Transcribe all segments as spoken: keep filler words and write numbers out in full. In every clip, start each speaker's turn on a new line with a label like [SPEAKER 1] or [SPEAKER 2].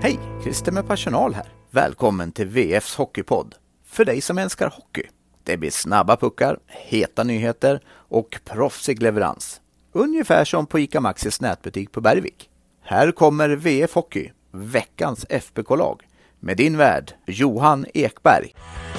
[SPEAKER 1] Hej, Christer med personal här. Välkommen till V F:s hockeypodd. För dig som älskar hockey. Det blir snabba puckar, heta nyheter och proffsig leverans. Ungefär som på ICA Maxis nätbutik på Bergvik. Här kommer V F Hockey, veckans F B K-lag. Med din värd, Johan Ekberg.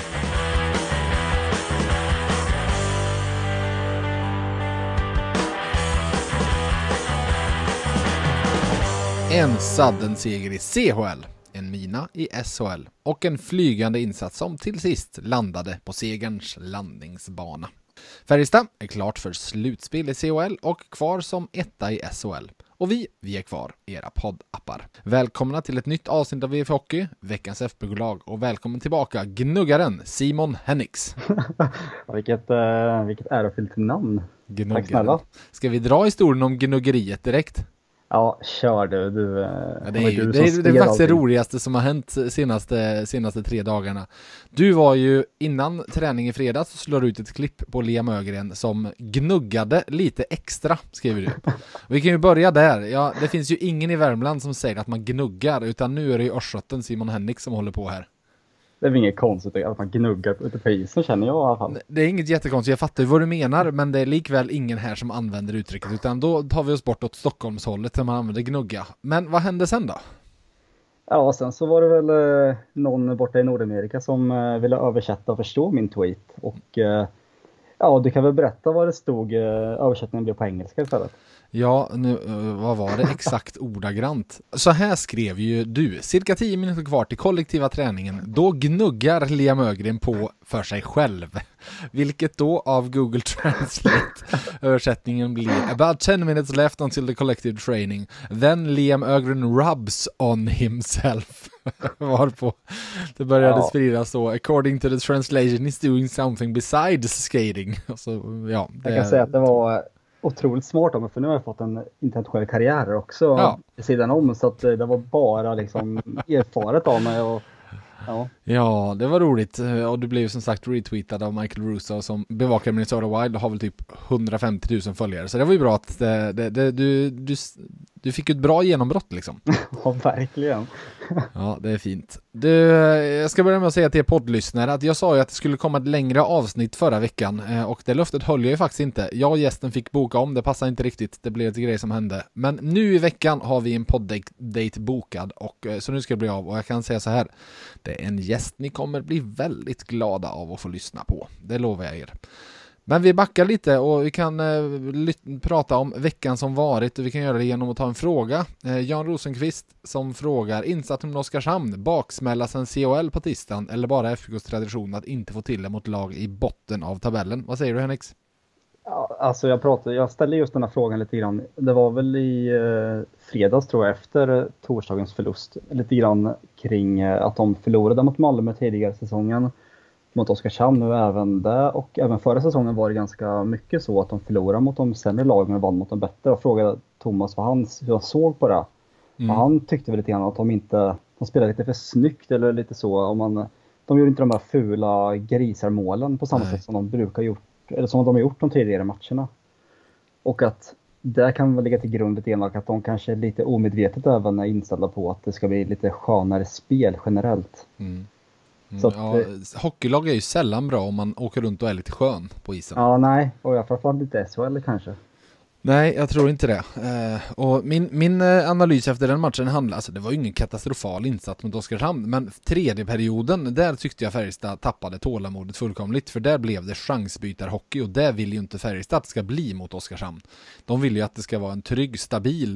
[SPEAKER 2] En sudden seger i C H L, en mina i S H L och en flygande insats som till sist landade på segerns landningsbana. Färjestad är klart för slutspel i C H L och kvar som etta i S H L. Och vi, vi är kvar i era poddappar. Välkomna till ett nytt avsnitt av V F Hockey, veckans F B K-lag, och välkommen tillbaka gnuggaren Simon Hennix.
[SPEAKER 3] vilket, uh, vilket ärofyllt namn.
[SPEAKER 2] Gnuggaren.
[SPEAKER 3] Tack snälla.
[SPEAKER 2] Ska vi dra historien om gnuggeriet direkt?
[SPEAKER 3] Ja, kör du. du
[SPEAKER 2] ja, det är ju det, är, det är faktiskt det roligaste som har hänt senaste, senaste tre dagarna. Du var ju innan träning i fredags så slår ut ett klipp på Liam Ögren som gnuggade lite extra, skriver du. Och vi kan ju börja där. Ja, det finns ju ingen i Värmland som säger att man gnuggar, utan nu är det ju örskötten Simon Hennix som håller på här.
[SPEAKER 3] Det är väl inget konstigt att man gnuggar ute på isen, känner jag i alla fall.
[SPEAKER 2] Det är inget jättekonstigt, jag fattar ju vad du menar, men det är likväl ingen här som använder uttrycket, utan då tar vi oss bort åt Stockholmshållet där man använder gnugga. Men vad hände sen då?
[SPEAKER 3] Ja, sen så var det väl eh, någon borta i Nordamerika som eh, ville översätta och förstå min tweet. Och eh, ja, du kan väl berätta vad det stod, eh, översättningen blev på engelska istället.
[SPEAKER 2] Ja, nu, vad var det exakt ordagrant? Så här skrev ju du. Cirka tio minuter kvar till kollektiva träningen. Då gnuggar Liam Ögren på för sig själv. Vilket då av Google Translate översättningen blir about ten minutes left until the collective training. Then Liam Ögren rubs on himself. Varpå det började ja. spridas så. According to the translation he's doing something besides skating. Så, ja, det
[SPEAKER 3] jag kan säga att det var otroligt smart om, för nu har jag fått en internationell karriär också ja. i sidan om, så att det var bara liksom erfaret av mig och ja.
[SPEAKER 2] Ja, det var roligt, och du blev som sagt retweetad av Michael Russo som bevakar Minnesota Wild och har väl typ hundrafemtio tusen följare, så det var ju bra att det, det, det, du, du, du fick ett bra genombrott liksom.
[SPEAKER 3] Ja, verkligen.
[SPEAKER 2] Ja, det är fint. Du, jag ska börja med att säga till er poddlyssnare att jag sa ju att det skulle komma ett längre avsnitt förra veckan, och det löftet höll jag ju faktiskt inte. Jag och gästen fick boka om, det passade inte riktigt, det blev ett grej som hände. Men nu i veckan har vi en podd-date bokad, och så nu ska det bli av, och jag kan säga så här: det är en gäst ni kommer bli väldigt glada av att få lyssna på. Det lovar jag er. Men vi backar lite och vi kan eh, ly- prata om veckan som varit, och vi kan göra det genom att ta en fråga. Eh, Jan Rosenqvist som frågar: insatt med Oskarshamn, baksmälla sen C H L på tisdagen eller bara F B K:s tradition att inte få till det mot lag i botten av tabellen? Vad säger du, Henrik?
[SPEAKER 3] Ja, alltså jag pratade, jag ställde just den här frågan lite grann. Det var väl i eh, fredags tror jag, efter eh, torsdagens förlust. Lite grann kring eh, att de förlorade mot Malmö tidigare säsongen. Mot Oskarshamn nu även där, och även förra säsongen var det ganska mycket så att de förlorade mot de sämre lagen men vann mot de bättre. Och frågade Thomas vad han jag såg på det. Mm. Och han tyckte väl lite grann att de inte, de spelade lite för snyggt eller lite så. Om man, de gjorde inte de här fula grisarmålen på samma Nej. sätt som de brukar gjort, eller som de har gjort de tidigare matcherna. Och att där kan väl ligga till grund lite grann att de kanske lite omedvetet även är inställda på att det ska bli lite skönare spel generellt.
[SPEAKER 2] Mm. Så att, ja, hockeylag är ju sällan bra om man åker runt och är lite skön på isen.
[SPEAKER 3] Ja, nej. Och jag framförallt lite S H L kanske.
[SPEAKER 2] Nej, jag tror inte det. Eh, och min, min analys efter den matchen handlade, alltså det var ju ingen katastrofal insats mot Oskarshamn, men tredje perioden, där tyckte jag Färjestad tappade tålamodet fullkomligt, för där blev det chansbytarhockey, och det vill ju inte Färjestad att ska bli mot Oskarshamn. De vill ju att det ska vara en trygg, stabil,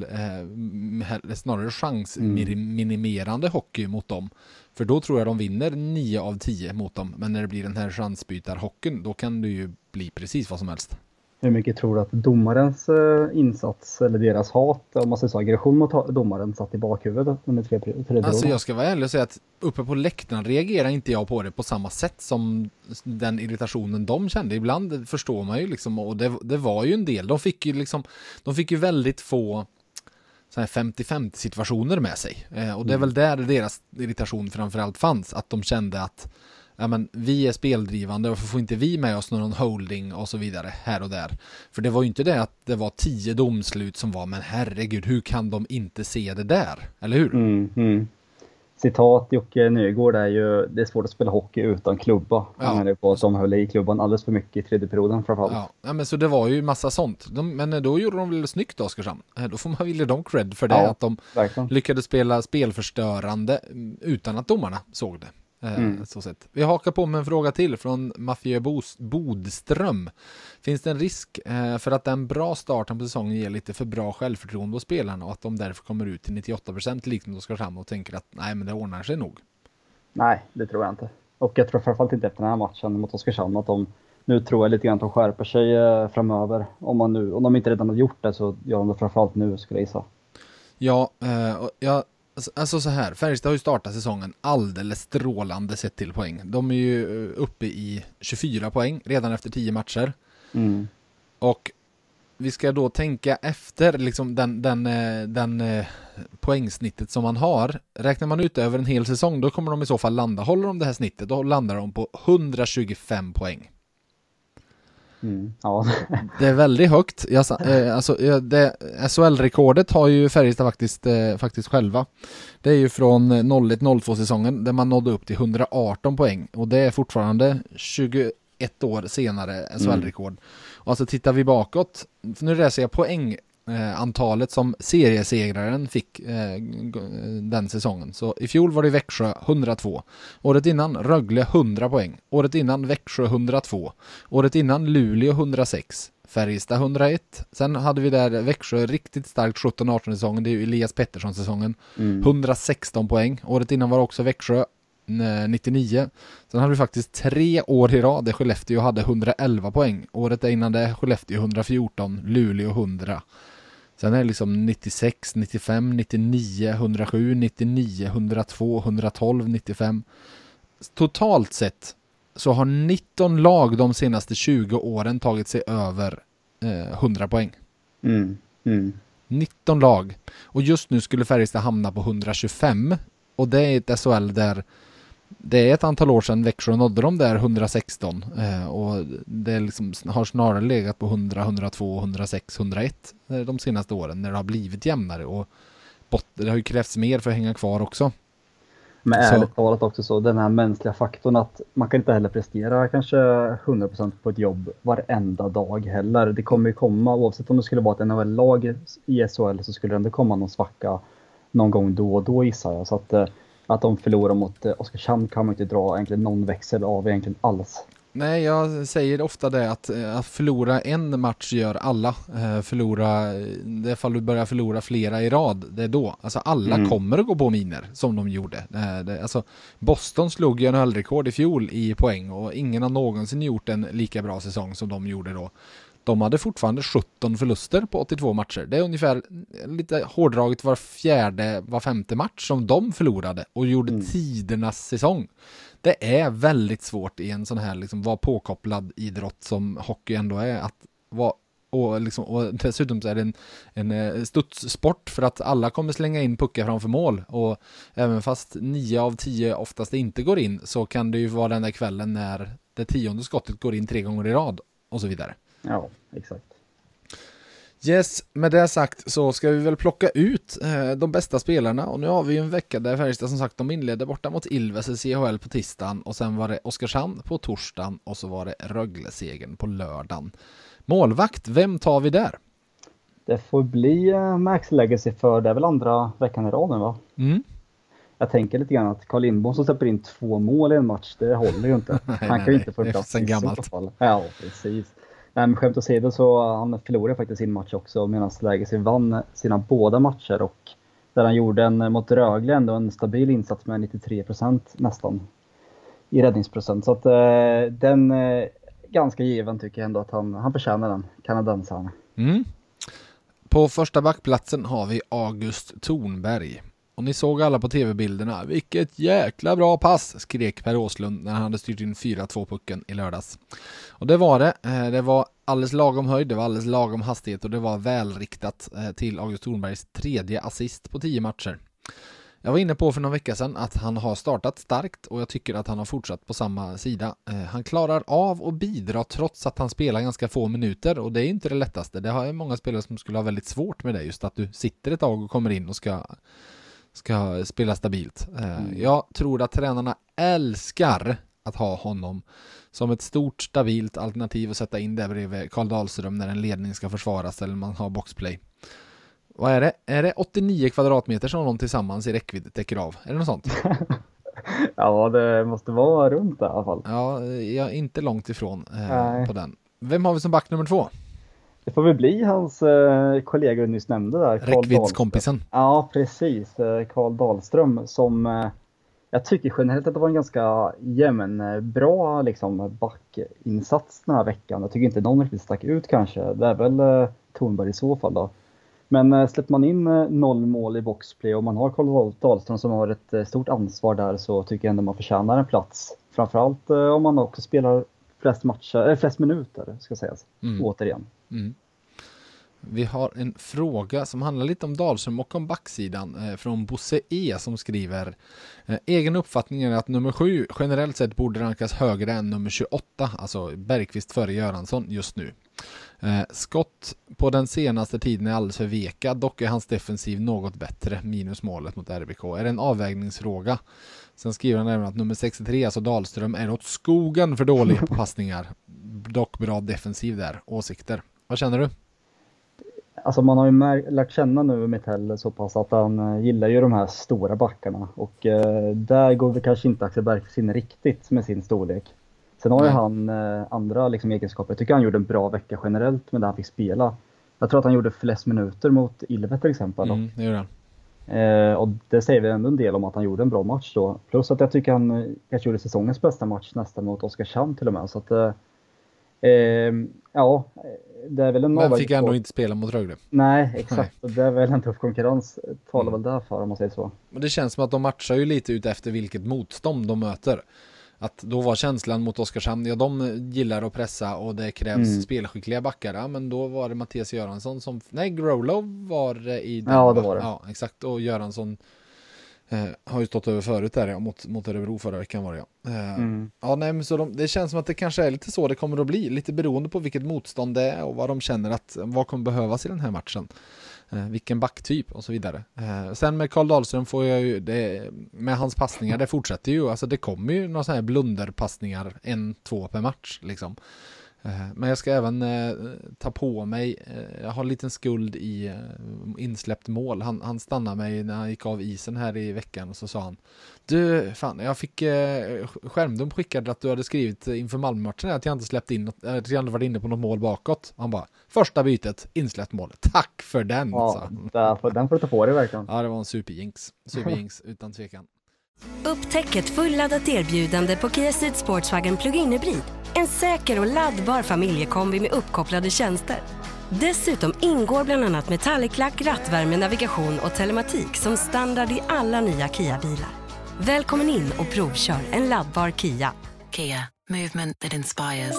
[SPEAKER 2] eh, snarare chansminimerande mm. hockey mot dem. För då tror jag de vinner nio av tio mot dem, men när det blir den här chansbytarhockeyn, då kan det ju bli precis vad som helst.
[SPEAKER 3] Hur mycket tror du att domarens insats eller deras hat, om man säger så, aggression mot domaren satt i bakhuvudet under tre perioder?
[SPEAKER 2] Alltså jag ska vara ärlig och säga att uppe på läktaren reagerar inte jag på det på samma sätt som den irritationen de kände. Ibland förstår man ju liksom, och det, det var ju en del. De fick ju liksom, de fick ju väldigt få så här femtio femtio situationer med sig. Eh, och det är väl där deras irritation framförallt fanns, att de kände att ja, men vi är speldrivande och får inte vi med oss någon holding och så vidare här och där. För det var ju inte det att det var tio domslut som var, men herregud, hur kan de inte se det där? Eller hur?
[SPEAKER 3] Mm, mm. citat Jocke Nygård är ju, det är svårt att spela hockey utan klubba.
[SPEAKER 2] Ja.
[SPEAKER 3] Han är på att de höll i klubban alldeles för mycket i tredje perioden framförallt.
[SPEAKER 2] Ja, ja men så det var ju massa sånt. De, men då gjorde de väl snyggt Oskarshamn. Då får man vilja dem cred för det,
[SPEAKER 3] Ja,
[SPEAKER 2] att de
[SPEAKER 3] verkligen.
[SPEAKER 2] lyckades spela spelförstörande utan att domarna såg det. Mm. Så sett. Vi hakar på med en fråga till från Mafia Bodström. Finns det en risk eh, för att den bra starten på säsongen ger lite för bra självförtroende hos spelarna och att de därför kommer ut till nittioåtta procent liksom de ska fram och tänker att nej men det ordnar sig nog?
[SPEAKER 3] Nej, det tror jag inte. Och jag tror framförallt inte efter den här matchen mot Oskarshamn att de nu tror jag lite grann att de skärper sig eh, framöver. Om, man nu, om de inte redan har gjort det så gör de det framförallt nu, skulle jag gissa.
[SPEAKER 2] Ja, eh, jag alltså så här, Färjestad har ju startat säsongen alldeles strålande sett till poäng. De är ju uppe i tjugofyra poäng redan efter tio matcher.
[SPEAKER 3] Mm.
[SPEAKER 2] Och vi ska då tänka efter liksom den, den, den, den poängsnittet som man har. Räknar man ut över en hel säsong, då kommer de i så fall landa. Håller de det här snittet, då landar de på hundratjugofem poäng.
[SPEAKER 3] Mm, ja.
[SPEAKER 2] Det är väldigt högt. Jag, eh, alltså, det, S H L-rekordet har ju Färjestad faktiskt, eh, faktiskt själva. Det är ju från noll ett noll två säsongen där man nådde upp till hundraarton poäng. Och det är fortfarande tjugoett år senare S H L-rekord. Mm. Och alltså tittar vi bakåt, nu läser jag poäng. Eh, antalet som seriesegraren fick eh, den säsongen. Så i fjol var det Växjö hundratvå. Året innan Rögle hundra poäng. Året innan Växjö hundratvå. Året innan Luleå hundrasex. Färjestad hundraett. Sen hade vi där Växjö riktigt starkt sjutton arton säsongen. Det är ju Elias Pettersson säsongen. Mm. hundrasexton poäng. Året innan var också Växjö nittionio. Sen hade vi faktiskt tre år i rad där Skellefteå hade hundraelva poäng. Året innan det Skellefteå hundrafjorton. Luleå hundra. Sen är det liksom nittiosex, nittiofem, nittionio, hundrasju, nittionio, hundratvå, hundratolv, nittiofem. Totalt sett så har nitton lag de senaste tjugo åren tagit sig över eh, hundra poäng.
[SPEAKER 3] Mm. Mm.
[SPEAKER 2] nitton lag. Och just nu skulle Färjestad hamna på hundratjugofem. Och det är ett S H L där det är ett antal år sedan Växjö nådde de där hundrasexton eh, och det liksom har snarare legat på hundra, hundratvå, hundrasex, hundraett de senaste åren när det har blivit jämnare och bot- det har ju krävts mer för att hänga kvar också.
[SPEAKER 3] Men ärligt talat också så, den här mänskliga faktorn att man kan inte heller prestera kanske hundra procent på ett jobb varenda dag heller. Det kommer ju komma, oavsett om det skulle vara ett N H L-lag i S H L så skulle det ändå komma någon svacka någon gång då och då gissar jag. Så att Att de förlorar mot Oskarshamn kan man inte dra egentligen någon växel av egentligen alls.
[SPEAKER 2] Nej, jag säger ofta det att, att förlora en match gör alla. Förlora, det fall du börjar förlora flera i rad, det är då. Alltså alla mm. kommer att gå på miner som de gjorde. Det, alltså, Boston slog ju en N H L-rekord i fjol i poäng och ingen har någonsin gjort en lika bra säsong som de gjorde då. De hade fortfarande sjutton förluster på åttiotvå matcher. Det är ungefär lite hårdraget var fjärde, var femte match som de förlorade och gjorde mm. tidernas säsong. Det är väldigt svårt i en sån här liksom vara påkopplad idrott som hockey ändå är att vara och, liksom, och dessutom så är det en, en studssport för att alla kommer slänga in puckar framför mål och även fast nio av tio oftast inte går in så kan det ju vara den där kvällen när det tionde skottet går in tre gånger i rad och så vidare.
[SPEAKER 3] Ja, exakt.
[SPEAKER 2] Yes, med det sagt så ska vi väl plocka ut eh, de bästa spelarna och nu har vi ju en vecka där Färjestad som sagt de inledde borta mot Ilves i C H L på tisdagen och sen var det Oskarshamn på torsdagen och så var det Rögle-segern på lördagen. Målvakt, vem tar vi där?
[SPEAKER 3] Det får bli uh, Max Legacy för det är väl andra veckan i rad nu va?
[SPEAKER 2] Mm.
[SPEAKER 3] Jag tänker lite grann att Carl Lindbom som släpper in två mål i en match, det håller ju inte.
[SPEAKER 2] nej,
[SPEAKER 3] han kan ju inte få plats
[SPEAKER 2] sen gammalt.
[SPEAKER 3] Ja, precis. Nej, men skämt åsido så han förlorade faktiskt sin match också medan Legacy vann sina båda matcher och där han gjorde en mot Rögle ändå en stabil insats med nittiotre procent nästan i räddningsprocent. Så att eh, den eh, ganska given tycker jag ändå att han, han förtjänar den, kanadensaren.
[SPEAKER 2] Mm. På första backplatsen har vi August Thornberg. Och ni såg alla på tv-bilderna. Vilket jäkla bra pass, skrek Per Åslund när han hade styrt in fyra två pucken i lördags. Och det var det. Det var alldeles lagom höjd, det var alldeles lagom hastighet och det var välriktat till August Thornbergs tredje assist på tio matcher. Jag var inne på för någon vecka sedan att han har startat starkt och jag tycker att han har fortsatt på samma sida. Han klarar av att bidra trots att han spelar ganska få minuter och det är inte det lättaste. Det har många spelare som skulle ha väldigt svårt med det, just att du sitter ett tag och kommer in och ska... ska spela stabilt. Mm. Jag tror att tränarna älskar att ha honom som ett stort, stabilt alternativ att sätta in där bredvid Karl Dahlström när en ledning ska försvaras eller man har boxplay. Vad är det? Är det åttionio kvadratmeter som de tillsammans i räckvidd täcker av? Är det något sånt?
[SPEAKER 3] Ja, det måste vara runt i alla fall.
[SPEAKER 2] Ja, jag är inte långt ifrån eh, på den. Vem har vi som back nummer två?
[SPEAKER 3] Det får väl bli hans eh, kollega du nyss nämnde där.
[SPEAKER 2] Räckviddskompisen.
[SPEAKER 3] Ja, precis. Eh, Karl Dahlström som eh, jag tycker generellt att det var en ganska jämn, bra liksom, backinsats den här veckan. Jag tycker inte någon riktigt stack ut kanske. Det är väl eh, Thornberg i så fall då. Men eh, släpper man in eh, noll mål i boxplay och man har Karl Dahlström som har ett eh, stort ansvar där, så tycker jag ändå man förtjänar en plats. Framförallt eh, om man också spelar flest matcher, eller flest minuter ska sägas. Mm. Återigen.
[SPEAKER 2] Mm. Vi har en fråga som handlar lite om Dahlström och om backsidan eh, från Bosse E som skriver eh, egen uppfattning är att nummer sju generellt sett borde rankas högre än nummer tjugoåtta, alltså Bergqvist före Göransson just nu. Eh, skott på den senaste tiden är alldeles för veka, dock är hans defensiv något bättre, minus målet mot R B K. Är det en avvägningsfråga? Sen skriver han även att nummer sextiotre, alltså Dahlström, är åt skogen för dålig på passningar. Dock bra defensiv där. Åsikter. Vad känner du?
[SPEAKER 3] Alltså man har ju mär- lärt känna nu Mitell så pass att han uh, gillar ju de här stora backarna. Och uh, där går vi kanske inte Axel Bergqvist in riktigt med sin storlek. Sen har ju han uh, andra liksom, egenskaper. Jag tycker han gjorde en bra vecka generellt med det han fick spela. Jag tror att han gjorde flest minuter mot Ilve till exempel.
[SPEAKER 2] Mm, det gjorde han.
[SPEAKER 3] Uh, och det säger vi ändå en del om att han gjorde en bra match då. Plus att jag tycker han uh, kanske gjorde säsongens bästa match nästan mot Oskarshamn till och med. Så att, uh, uh, ja... Det är väl en
[SPEAKER 2] Men fick ändå inte spela mot Rögle.
[SPEAKER 3] Nej, exakt. Nej. Det är väl en tuff konkurrens. Talar mm. väl därför om man säger så.
[SPEAKER 2] Men det känns som att de matchar ju lite ut efter vilket motstånd de möter. Att då var känslan mot Oskarshamn, ja de gillar att pressa och det krävs mm. spelskickliga backar. Ja, men då var det Mattias Göransson som... Nej, Growlow var i... Den,
[SPEAKER 3] ja, det var det.
[SPEAKER 2] Ja, exakt. Och Göransson eh, har ju stått över förut där ja, mot, mot Örebro förra veckan var det ja. Eh, mm. Ja, nej, men så de, det känns som att det kanske är lite så det kommer att bli. Lite beroende på vilket motstånd det är och vad de känner att vad kommer behövas i den här matchen. Eh, vilken backtyp och så vidare. Eh, sen med Karl Dahlström får jag ju det, med hans passningar, det fortsätter ju. Alltså det kommer ju några sådana här blunderpassningar, en, två per match liksom. Men jag ska även eh, ta på mig, eh, jag har en liten skuld i eh, insläppt mål. Han, han stannade mig när han gick av isen här i veckan och så sa han: Du, fan, jag fick eh, skärmdump skickad att du hade skrivit inför Malmö-matchen att jag inte släppt in något, att jag inte varit inne på något mål bakåt. Han bara, första bytet, insläppt mål. Tack för den!
[SPEAKER 3] Ja, därför, den får du ta på dig verkligen.
[SPEAKER 2] Ja, det var en superjinx. Superjinx, utan tvekan.
[SPEAKER 4] Upptäck ett fulladdat erbjudande på Kia Ceed Sportswagen Plug-in Hybrid. En säker och laddbar familjekombi med uppkopplade tjänster. Dessutom ingår bland annat metalliklack, rattvärme, navigation och telematik som standard i alla nya Kia-bilar. Välkommen in och provkör en laddbar Kia.
[SPEAKER 5] Kia, movement that inspires.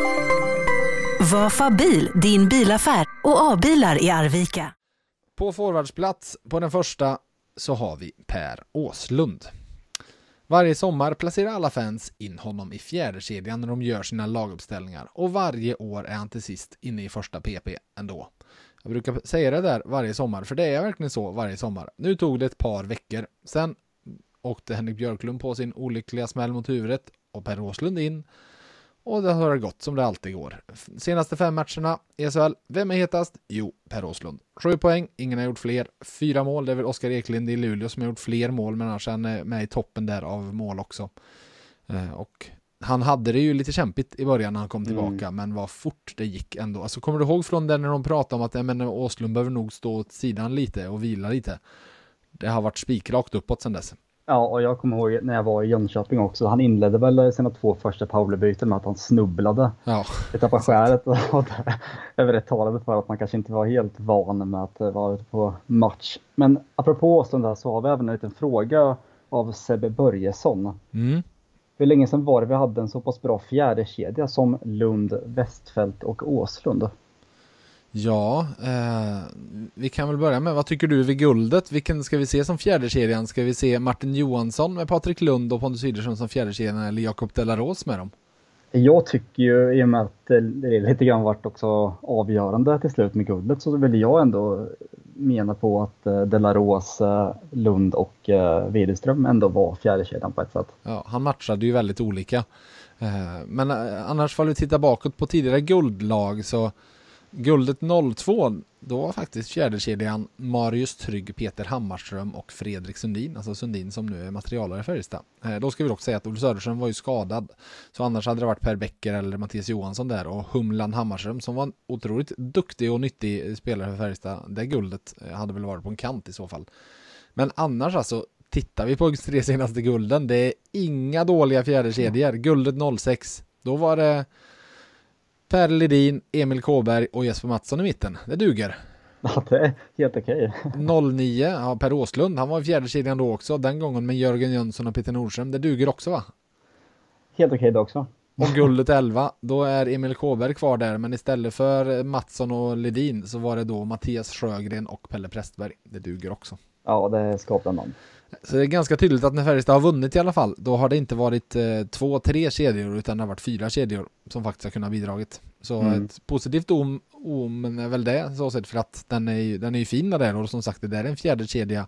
[SPEAKER 4] Vafa bil, din bilaffär och A-bilar i Arvika.
[SPEAKER 2] På forwardsplats på den första så har vi Per Åslund. Varje sommar placerar alla fans in honom i fjärde kedjan när de gör sina laguppställningar. Och varje år är han till sist inne i första P P ändå. Jag brukar säga det där varje sommar, för det är verkligen så varje sommar. Nu tog det ett par veckor. Sen åkte Henrik Björklund på sin olyckliga smäll mot huvudet och Per Åslund in. Och det har gått som det alltid går. Senaste fem matcherna i S H L. Vem är hetast? Jo, Per Åslund. Sju poäng, ingen har gjort fler. Fyra mål, det är väl Oskar Eklind i Luleå som har gjort fler mål, men annars är han med i toppen där av mål också. Eh, och han hade det ju lite kämpigt i början när han kom tillbaka, mm. men vad fort det gick ändå. Alltså kommer du ihåg från där när de pratade om att jag menar, Åslund behöver nog stå åt sidan lite och vila lite. Det har varit spikrakt uppåt sedan dess.
[SPEAKER 3] Ja, och jag kommer ihåg när jag var i Jönköping också. Han inledde väl sina två första powerbyten med att han snubblade.
[SPEAKER 2] Ja.
[SPEAKER 3] Det tappade skäret och det över ett talade för att man kanske inte var helt van med att vara ute på match. Men apropå Åslund där så har vi även en liten fråga av Sebbe Börjesson.
[SPEAKER 2] Mm.
[SPEAKER 3] Hur länge sedan var det vi hade en så pass bra fjärde kedja som Lund, Westfält och Åslund?
[SPEAKER 2] Ja, eh, vi kan väl börja med, vad tycker du vid guldet? Vilken ska vi se som fjärde kedjan? Ska vi se Martin Johansson med Patrik Lund och Pontus Ydersson som fjärde kedjan eller Jakob Delaros med dem?
[SPEAKER 3] Jag tycker ju, i och med att det lite grann varit också avgörande till slut med guldet, så vill jag ändå menar på att eh, Delaros, eh, Lund och eh, Widerström ändå var fjärde kedjan på ett sätt.
[SPEAKER 2] Ja, han matchade ju väldigt olika. Eh, men eh, annars får vi titta bakåt på tidigare guldlag, så guldet noll två, då var faktiskt fjärdekedjan Marius Trygg, Peter Hammarström och Fredrik Sundin, alltså Sundin som nu är materialare i Färjestad. Eh, då ska vi också säga att Olle Söderström var ju skadad, så annars hade det varit Per Bäcker eller Mattias Johansson där, och Humlan Hammarström som var en otroligt duktig och nyttig spelare för Färjestad. Det guldet hade väl varit på en kant i så fall. Men annars alltså, tittar vi på tre senaste gulden, det är inga dåliga fjärdekedjor. Guldet noll sex, då var det Per Ledin, Emil Kåberg och Jesper Mattsson i mitten. Det duger.
[SPEAKER 3] Ja, det är helt okej.
[SPEAKER 2] noll nio, ja, Per Åslund, han var i fjärde kedjan då också, den gången med Jörgen Jönsson och Peter Nordström. Det duger också, va?
[SPEAKER 3] Helt okej det också.
[SPEAKER 2] Och guldet elva, då är Emil Kåberg kvar där, men istället för Mattsson och Ledin så var det då Mattias Sjögren och Pelle Prästberg. Det duger också.
[SPEAKER 3] Ja, det skapar namn.
[SPEAKER 2] Så det är ganska tydligt att när Färjestad har vunnit i alla fall, då har det inte varit eh, två, tre kedjor, utan det har varit fyra kedjor som faktiskt har kunnat bidragit. Så mm. ett positivt om, om är väl det, så sett, för att den är ju, den är ju fin där, och som sagt, det där är en fjärde kedja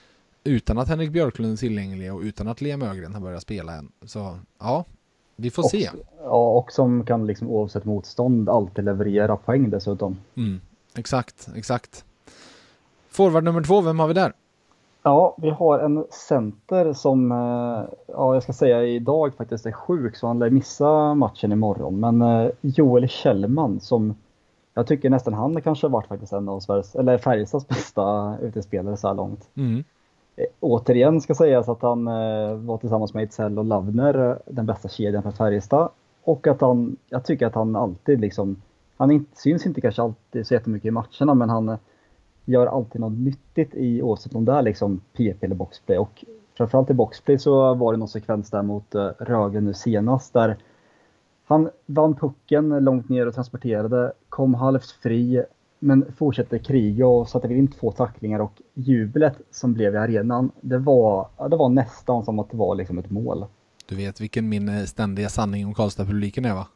[SPEAKER 2] utan att Henrik Björklund är tillgänglig och utan att Liam Ögren har börjat spela än. Så ja, vi får
[SPEAKER 3] och,
[SPEAKER 2] se.
[SPEAKER 3] Ja, och som kan liksom oavsett motstånd alltid leverera poäng dessutom.
[SPEAKER 2] Mm. Exakt, exakt. Forward nummer två, vem har vi där?
[SPEAKER 3] Ja, vi har en center som, ja, jag ska säga idag faktiskt är sjuk, så han lär missa matchen imorgon. Men Joel Kjellman, som jag tycker nästan han kanske har varit faktiskt en av Sveriges, eller Färjestads bästa utespelare så här långt.
[SPEAKER 2] Mm.
[SPEAKER 3] Återigen ska sägas att han var tillsammans med Ejdsell och Lavner den bästa kedjan för Färjestad. Och att han, jag tycker att han alltid liksom, han inte, syns inte kanske alltid så jättemycket i matcherna, men han gör alltid något nyttigt i oavsett om det är liksom P P eller boxplay. Och framförallt i boxplay så var det någon sekvens där mot uh, Rögle nu senast, där han vann pucken långt ner och transporterade, kom halvt fri, men fortsatte kriga och satte in två tacklingar, och jublet som blev i arenan, det var, det var nästan som att det var liksom ett mål.
[SPEAKER 2] Du vet vilken min ständiga sanning om Karlstad-publiken är, va?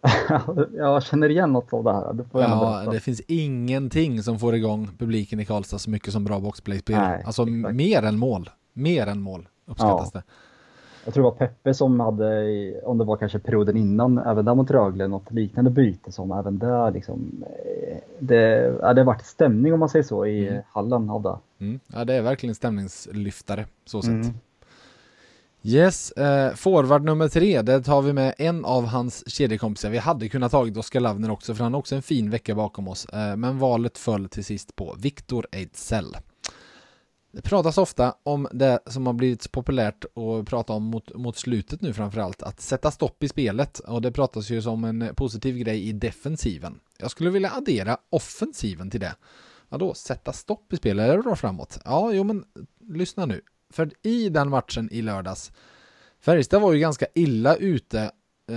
[SPEAKER 3] Jag känner igen något av det här. Det får
[SPEAKER 2] ja, det finns ingenting som får igång publiken i Karlstad så mycket som bra boxplay-spel. Alltså exakt. mer än mål. Mer än mål uppskattas ja. det.
[SPEAKER 3] Jag tror det var Peppe som hade, om det var kanske perioden innan, även där mot Rögle, något liknande byte som även där liksom, det hade varit stämning om man säger så i mm. hallen av det.
[SPEAKER 2] Mm. Ja, det är verkligen stämningslyftare så sett.
[SPEAKER 3] Mm.
[SPEAKER 2] Yes, eh, forward nummer tre, det tar vi med en av hans kedjekompisar. Vi hade kunnat tagit Oskar Lavner också, för han har också en fin vecka bakom oss. Eh, men valet föll till sist på Victor Ejdsell. Det pratas ofta om det som har blivit populärt att prata om mot, mot slutet nu framförallt, att sätta stopp i spelet. Och det pratas ju som en positiv grej i defensiven. Jag skulle vilja addera offensiven till det. Ja då, sätta stopp i spelet eller dra framåt? Ja, jo men lyssna nu. För i den matchen i lördags, Färjestad var ju ganska illa ute.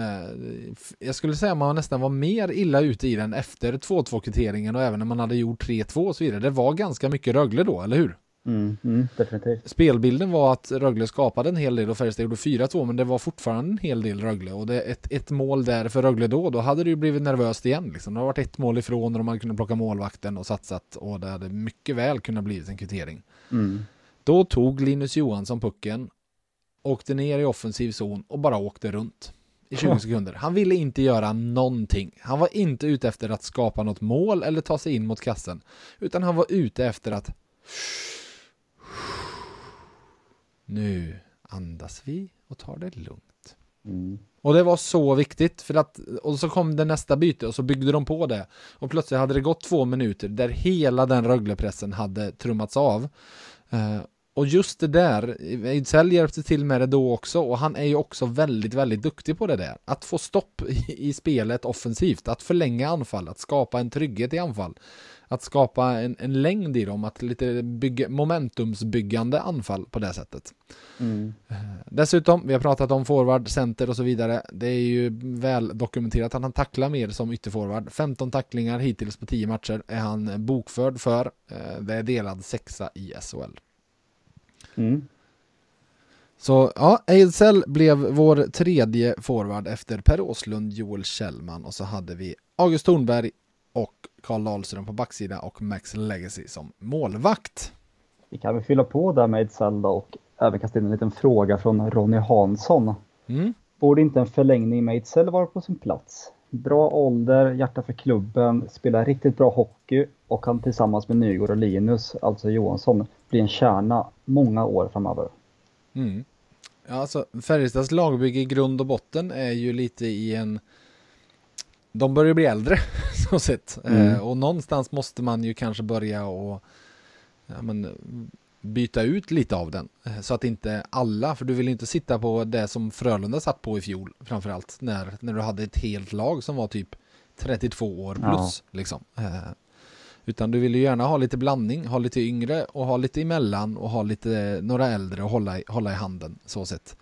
[SPEAKER 2] Jag skulle säga att man nästan var mer illa ute i den efter två två kvitteringen, och även när man hade gjort tre två och så vidare. Det var ganska mycket Rögle då, eller hur?
[SPEAKER 3] Mm, mm, definitivt.
[SPEAKER 2] Spelbilden var att Rögle skapade en hel del och Färjestad gjorde fyra två, men det var fortfarande en hel del Rögle, och det är ett, ett mål där för Rögle då, då hade det ju blivit nervöst igen liksom. Det har varit ett mål ifrån och de hade kunnat plocka målvakten och satsat, och det hade mycket väl kunnat bli en kvittering.
[SPEAKER 3] Mm.
[SPEAKER 2] Då tog Linus Johansson pucken, åkte ner i offensiv zon och bara åkte runt i tjugo sekunder. Han ville inte göra någonting. Han var inte ute efter att skapa något mål eller ta sig in mot kassen, utan han var ute efter att nu andas vi och tar det lugnt.
[SPEAKER 3] Mm.
[SPEAKER 2] Och det var så viktigt, för att, och så kom det nästa byte och så byggde de på det. Och plötsligt hade det gått två minuter där hela den Röglepressen hade trummats av. Uh, och just det där, Ejdsell hjälpte till med det då också, och han är ju också väldigt, väldigt duktig på det där. Att få stopp i, i spelet offensivt, att förlänga anfall, att skapa en trygghet i anfall. Att skapa en, en längd i dem, att lite bygga, momentumsbyggande anfall på det sättet.
[SPEAKER 3] Mm.
[SPEAKER 2] Dessutom, vi har pratat om forward, center och så vidare. Det är ju väl dokumenterat att han tacklar mer som ytterforward. femton tacklingar hittills på tio matcher är han bokförd för. Det är delad sexa i S H L.
[SPEAKER 3] Mm.
[SPEAKER 2] Så ja, Ejdsell blev vår tredje forward efter Per Åslund, Joel Kjellman, och så hade vi August Thornberg, och Karl Dahlström på backsidan och Max Legacy som målvakt.
[SPEAKER 3] Vi kan väl fylla på där med Ejdsell och även kasta in en liten fråga från Ronny Hansson.
[SPEAKER 2] Mm.
[SPEAKER 3] Borde inte en förlängning med Ejdsell vara på sin plats? Bra ålder, hjärta för klubben, spelar riktigt bra hockey och kan tillsammans med Nygård och Linus, alltså Johansson, bli en kärna många år framöver.
[SPEAKER 2] Mm. Ja, alltså Färjestads lagbygge i grund och botten är ju lite i en... De börjar bli äldre, så sett. Mm. Eh, och någonstans måste man ju kanske börja och ja, men, byta ut lite av den. Eh, så att inte alla, för du vill inte sitta på det som Frölunda satt på i fjol, framförallt när, när du hade ett helt lag som var typ trettiotvå år plus. Ja. Liksom. Eh, utan du vill ju gärna ha lite blandning, ha lite yngre och ha lite emellan och ha lite några äldre och hålla i, hålla i handen, så sett.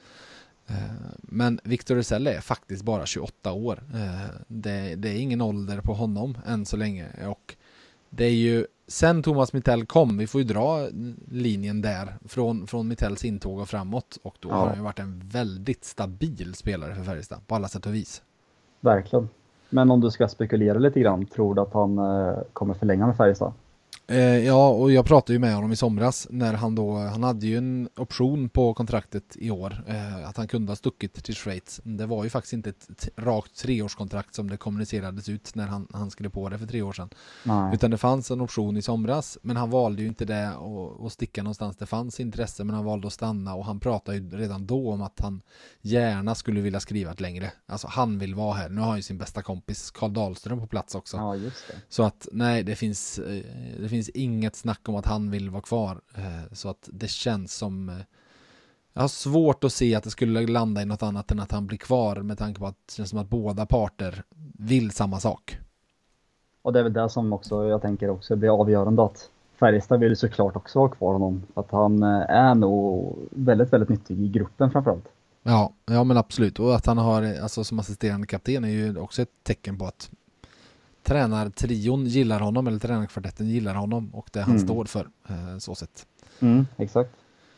[SPEAKER 2] Men Victor Ejdsell är faktiskt bara tjugoåtta år. Det, det är ingen ålder på honom än så länge. Och det är ju sen Thomas Mittell kom, vi får ju dra linjen där från, från Mittells intåg och framåt. Och då ja. har han ju varit en väldigt stabil spelare för Färjestad på alla sätt och vis.
[SPEAKER 3] Verkligen. Men om du ska spekulera lite grann, tror du att han kommer förlänga med Färjestad?
[SPEAKER 2] Eh, ja, och jag pratade ju med honom i somras när han då, han hade ju en option på kontraktet i år, eh, att han kunde ha stuckit till Schweiz. Det var ju faktiskt inte ett t- rakt treårskontrakt som det kommunicerades ut när han, han skulle på det för tre år sedan. Nej. Utan det fanns en option i somras, men han valde ju inte det och, och sticka någonstans. Det fanns intresse, men han valde att stanna och han pratade ju redan då om att han gärna skulle vilja skriva ett längre. Alltså han vill vara här. Nu har han ju sin bästa kompis Karl Dahlström på plats också.
[SPEAKER 3] Ja, just det.
[SPEAKER 2] Så att nej, det finns, det finns inget snack om att han vill vara kvar. Så att det känns som... Jag har svårt att se att det skulle landa i något annat än att han blir kvar, med tanke på att det känns som att båda parter vill samma sak.
[SPEAKER 3] Och det är väl det som också, jag tänker också blir avgörande, att Färjestad vill såklart också ha kvar honom. För att han är nog väldigt, väldigt nyttig i gruppen framförallt.
[SPEAKER 2] Ja, ja men absolut. Och att han har, alltså som assisterande kapten är ju också ett tecken på att tränartrion gillar honom, eller tränarkvartetten gillar honom och det han mm. står för, eh, så sett.
[SPEAKER 3] Mm, exakt.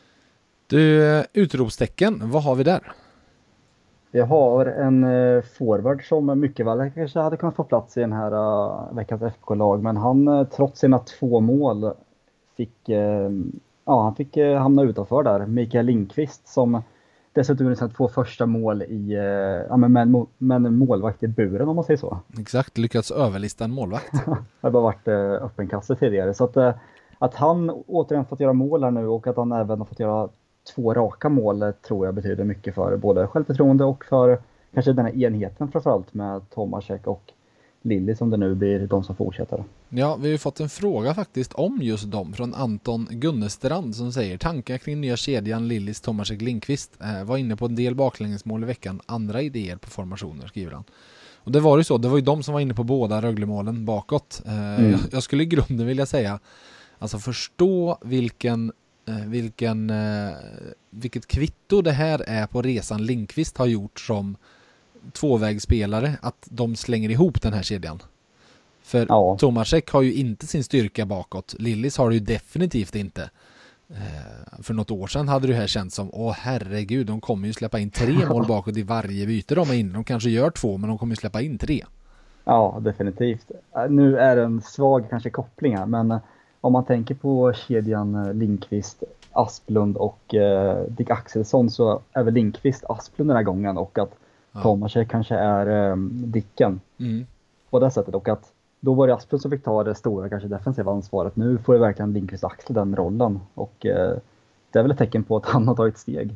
[SPEAKER 2] Du, utropstecken, vad har vi där?
[SPEAKER 3] Vi har en uh, forward som mycket väl kanske hade kunnat få plats i den här uh, veckans F K-lag, men han uh, trots sina två mål fick, uh, ja, han fick uh, hamna utanför där. Mikael Lindqvist som dessutom gjorde sina två första mål i, uh, ja, men, men, men målvakt i buren, om man säger så.
[SPEAKER 2] Exakt, lyckats överlista en målvakt.
[SPEAKER 3] Det har bara varit uh, öppen kasse tidigare. Så att, uh, att han återigen fått göra mål här nu och att han även har fått göra två raka mål tror jag betyder mycket för både självförtroende och för kanske den här enheten framförallt med Tomasek och Lilly, som det nu blir de som fortsätter.
[SPEAKER 2] Ja, vi har ju fått en fråga faktiskt om just dem från Anton Gunnestrand som säger: tankar kring nya kedjan Lillys, Tomasek, Lindqvist. Eh, var inne på en del baklängesmål i veckan. Andra idéer på formationer, skriver han. Och det var ju så, det var ju de som var inne på båda Rögle-målen bakåt. Eh, mm. jag, jag skulle i grunden vilja säga, alltså förstå vilken Vilken, eh, vilket kvitto det här är på resan Lindqvist har gjort som tvåvägsspelare, att de slänger ihop den här kedjan. För ja. Tomasek har ju inte sin styrka bakåt. Lillis har det ju definitivt inte. Eh, för något år sedan hade det här känts som, åh herregud, de kommer ju släppa in tre mål bakåt i varje byte de är inne. De kanske gör två, men de kommer ju släppa in tre.
[SPEAKER 3] Ja, definitivt. Nu är det en svag kanske koppling här, men om man tänker på kedjan Lindqvist, Asplund och eh, Dick Axelsson, så är väl Lindqvist Asplund den här gången, och att ja. Tomasek kanske är eh, Dicken mm. på det sättet, och att då var det Asplund som fick ta det stora kanske defensiva ansvaret. Nu får ju verkligen Lindqvist axla den rollen, och eh, det är väl ett tecken på att han har tagit steg.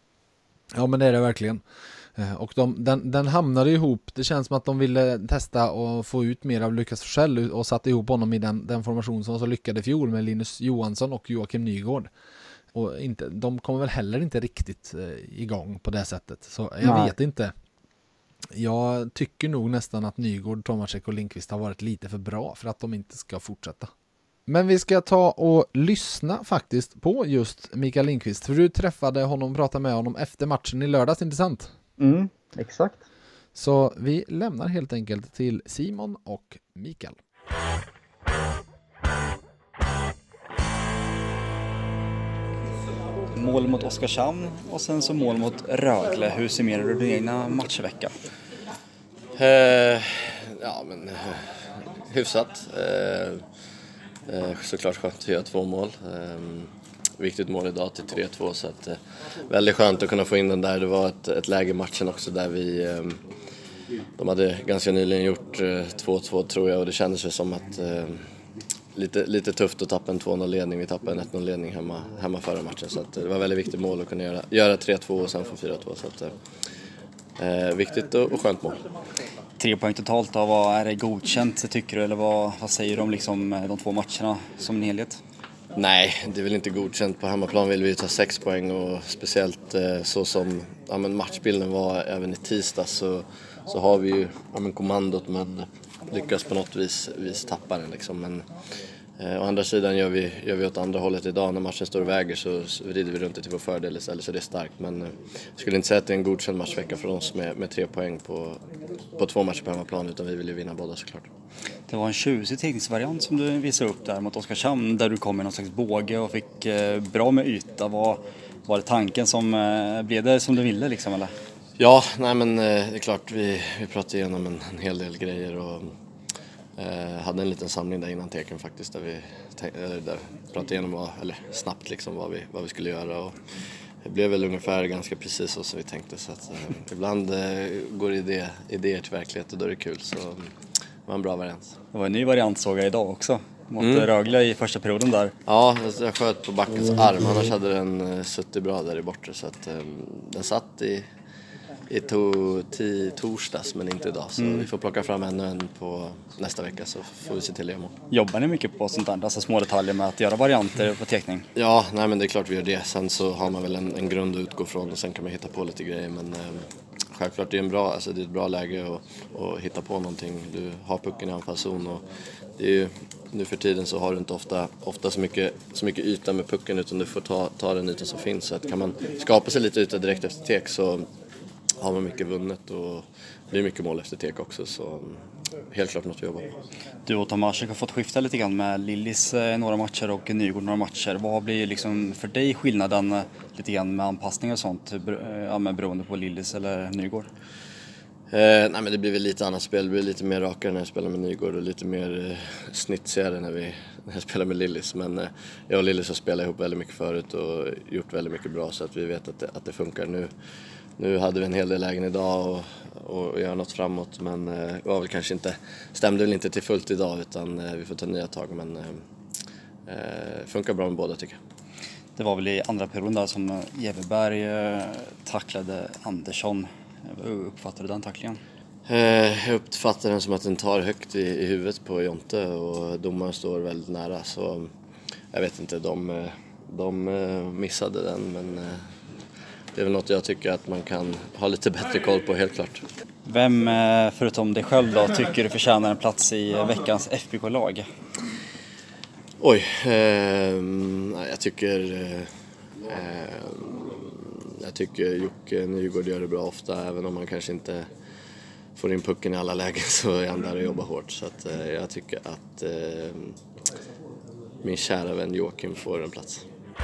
[SPEAKER 2] Ja, men det är det verkligen. Och de, den, den hamnade ihop. Det känns som att de ville testa och få ut mer av Lukas Forsell och satte ihop honom i den, den formation som var så lyckad i fjol med Linus Johansson och Joakim Nygård. Och inte, de kommer väl heller inte riktigt eh, igång på det sättet. Så jag Nej. vet inte. Jag tycker nog nästan att Nygård, Tomasek och Lindqvist har varit lite för bra för att de inte ska fortsätta. Men vi ska ta och lyssna faktiskt på just Mikael Lindqvist. För du träffade honom och pratade med honom efter matchen i lördags, inte sant?
[SPEAKER 3] Mm, exakt.
[SPEAKER 2] Så vi lämnar helt enkelt till Simon och Mikael.
[SPEAKER 6] Mål mot Oskarshamn och sen så mål mot Rögle. Hur summerar du din egna matchvecka?
[SPEAKER 7] Uh, ja, men uh, hyfsat. Eh, eh, såklart skönt att göra två mål. Eh, viktigt mål idag till tre två, så att, eh, väldigt skönt att kunna få in den där. Det var ett, ett läge i matchen också där vi... Eh, de hade ganska nyligen gjort eh, två två tror jag, och det kändes ju som att... Eh, Lite, lite tufft att tappa en två noll-ledning. Vi tappade en ett noll-ledning hemma, hemma förra matchen. Så att det var väldigt viktigt mål att kunna göra, göra tre två och sen få fyra två. Så att, eh, viktigt och, och skönt mål.
[SPEAKER 6] Tre poäng totalt då, vad är det godkänt tycker du? Eller vad, vad säger du om liksom, de två matcherna som en helhet?
[SPEAKER 7] Nej, det är väl inte godkänt. På hemmaplan vill vi ta sex poäng och speciellt eh, så som ja, men matchbilden var även i tisdags så, så har vi ju ja, men kommandot men lyckas på något vis, vis tappa den liksom. Men eh, å andra sidan gör vi, gör vi åt andra hållet idag. När matchen står och väger så, så vrider vi runt det till vår fördel istället, så det är starkt. Men eh, jag skulle inte säga att det är en godkänd matchvecka för oss med, med tre poäng på, på två matcher på hemmaplan, utan vi vill ju vinna båda såklart.
[SPEAKER 6] Det var en tjusig tekniksvariant som du visade upp där mot Oskarshamn där du kom med någon slags båge och fick eh, bra med yta. Var, var det tanken som eh, blev det som du ville liksom, eller?
[SPEAKER 7] Ja, nej men eh, det är klart vi, vi pratade igenom en, en hel del grejer och eh, hade en liten samling där innan teken faktiskt där vi eller där pratade igenom vad, eller snabbt liksom vad vi, vad vi skulle göra och det blev väl ungefär ganska precis så som vi tänkte, så att eh, ibland eh, går idé, idéer till verklighet och då är det kul, så det var en bra variant.
[SPEAKER 6] Det var en ny variant såg jag idag också mot
[SPEAKER 7] mm.
[SPEAKER 6] Rögle i första perioden där.
[SPEAKER 7] Ja, jag sköt på backens arm, annars hade den eh, suttit bra där i bortre, så att eh, den satt i i to, till torsdags men inte idag, så mm. vi får plocka fram ännu en på nästa vecka så får vi se till det.
[SPEAKER 6] Jobbar ni mycket på sånt där, alltså små detaljer med att göra varianter på teckning?
[SPEAKER 7] Ja, nej men det är klart vi gör det. Sen så har man väl en, en grund att utgå från och sen kan man hitta på lite grejer, men eh, självklart det är en bra, alltså det är ett bra läge att, att hitta på någonting. Du har pucken i anfallszon och det är ju, nu för tiden så har du inte ofta, ofta så, mycket, så mycket yta med pucken, utan du får ta, ta den ytan som finns, så att kan man skapa sig lite yta direkt efter tek så har man mycket vunnet och blir mycket mål efter tek också, så helt klart något vi jobbar på.
[SPEAKER 6] Du och Tomasek har fått skifta lite grann med Lillis några matcher och Nygård några matcher. Vad blir liksom för dig skillnaden lite grann med anpassning och sånt, ja, med beroende på Lillis eller Nygård?
[SPEAKER 7] Eh, nej men det blir väl lite annat spel, det blir lite mer rakare när jag spelar med Nygård och lite mer eh, snitsigare när, vi, när jag spelar med Lillis. Men eh, jag och Lillis har spelat ihop väldigt mycket förut och gjort väldigt mycket bra, så att vi vet att det, att det funkar nu. Nu hade vi en hel del lägen idag och, och, och göra något framåt, men eh, var väl kanske inte, stämde väl inte till fullt idag, utan eh, vi får ta nya tag, men eh, funkar bra med båda tycker jag.
[SPEAKER 6] Det var väl i andra perioden där som Jäverberg eh, tacklade Andersson. Hur uppfattade du den tacklingen?
[SPEAKER 7] Eh, jag uppfattar den som att den tar högt i, i huvudet på Jonte och domaren står väldigt nära, så jag vet inte, de, de missade den, men eh, det är väl något jag tycker att man kan ha lite bättre koll på, helt klart.
[SPEAKER 6] Vem, förutom dig själv då, tycker du förtjänar en plats i veckans F B K-lag?
[SPEAKER 7] Oj, eh, jag tycker eh, jag tycker Jocke Nygård gör det bra ofta, även om man kanske inte får in pucken i alla lägen, så är han där och jobbar hårt, så att, eh, jag tycker att eh, min kära vän Joakim får en plats.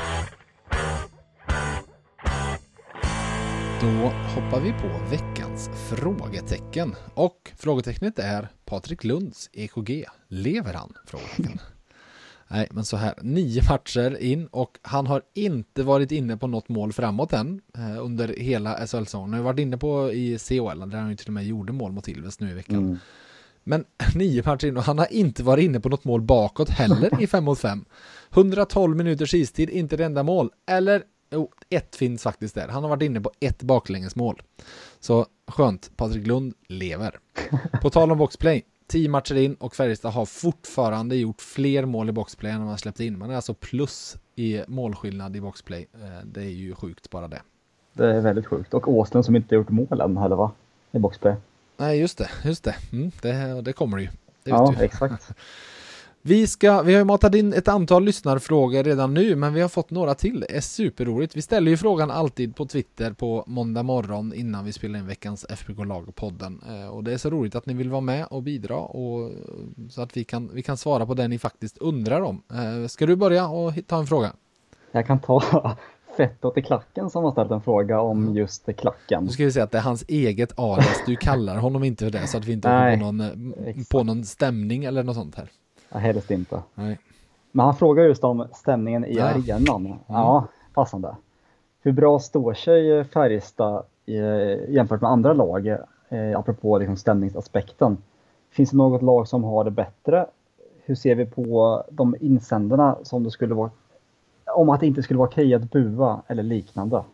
[SPEAKER 2] Då hoppar vi på veckans frågetecken. Och frågetecknet är Patrik Lunds E K G. Lever han? Frågetecken. Nej, men så här. Nio matcher in och han har inte varit inne på något mål framåt än eh, under hela S H L-säsongen. Han har varit inne på i C H L där han ju till och med gjorde mål mot Ilves nu i veckan. Mm. Men nio matcher in och han har inte varit inne på något mål bakåt heller i fem mot fem. hundratolv minuters istid, inte det enda mål. Eller jo, ett finns faktiskt där. Han har varit inne på ett baklängesmål. Så skönt, Patrik Lund lever. På tal om boxplay, tio matcher in och Färjestad har fortfarande gjort fler mål i boxplay än man har släppt in. Man är alltså plus i målskillnad i boxplay. Det är ju sjukt bara det.
[SPEAKER 3] Det är väldigt sjukt. Och Åslund som inte har gjort mål än heller, va? I boxplay.
[SPEAKER 2] Nej, just det. Just det. Mm, det, det kommer det ju. Det
[SPEAKER 3] ja,
[SPEAKER 2] ju.
[SPEAKER 3] Exakt.
[SPEAKER 2] Vi, ska, vi har ju matat in ett antal lyssnarfrågor redan nu, men vi har fått några till. Det är superroligt. Vi ställer ju frågan alltid på Twitter på måndag morgon innan vi spelar in veckans F B K-lag-podden. Eh, och det är så roligt att ni vill vara med och bidra och, så att vi kan, vi kan svara på det ni faktiskt undrar om. Eh, ska du börja och ta en fråga?
[SPEAKER 3] Jag kan ta Fettot i klacken som har ställt en fråga om just klacken.
[SPEAKER 2] Nu ska vi säga att det är hans eget alias. Du kallar honom inte för det så att vi inte får på någon, på någon stämning eller något sånt här.
[SPEAKER 3] Ja, helst inte.
[SPEAKER 2] Nej.
[SPEAKER 3] Men han frågar just om stämningen i
[SPEAKER 2] Ja.
[SPEAKER 3] arenan.
[SPEAKER 2] Mm.
[SPEAKER 3] Ja, passande. Hur bra står sig Färjestad eh, jämfört med andra lag? Eh, apropå liksom stämningsaspekten. Finns det något lag som har det bättre? Hur ser vi på de insändarna som det skulle vara om att det inte skulle vara okej att bua eller liknande?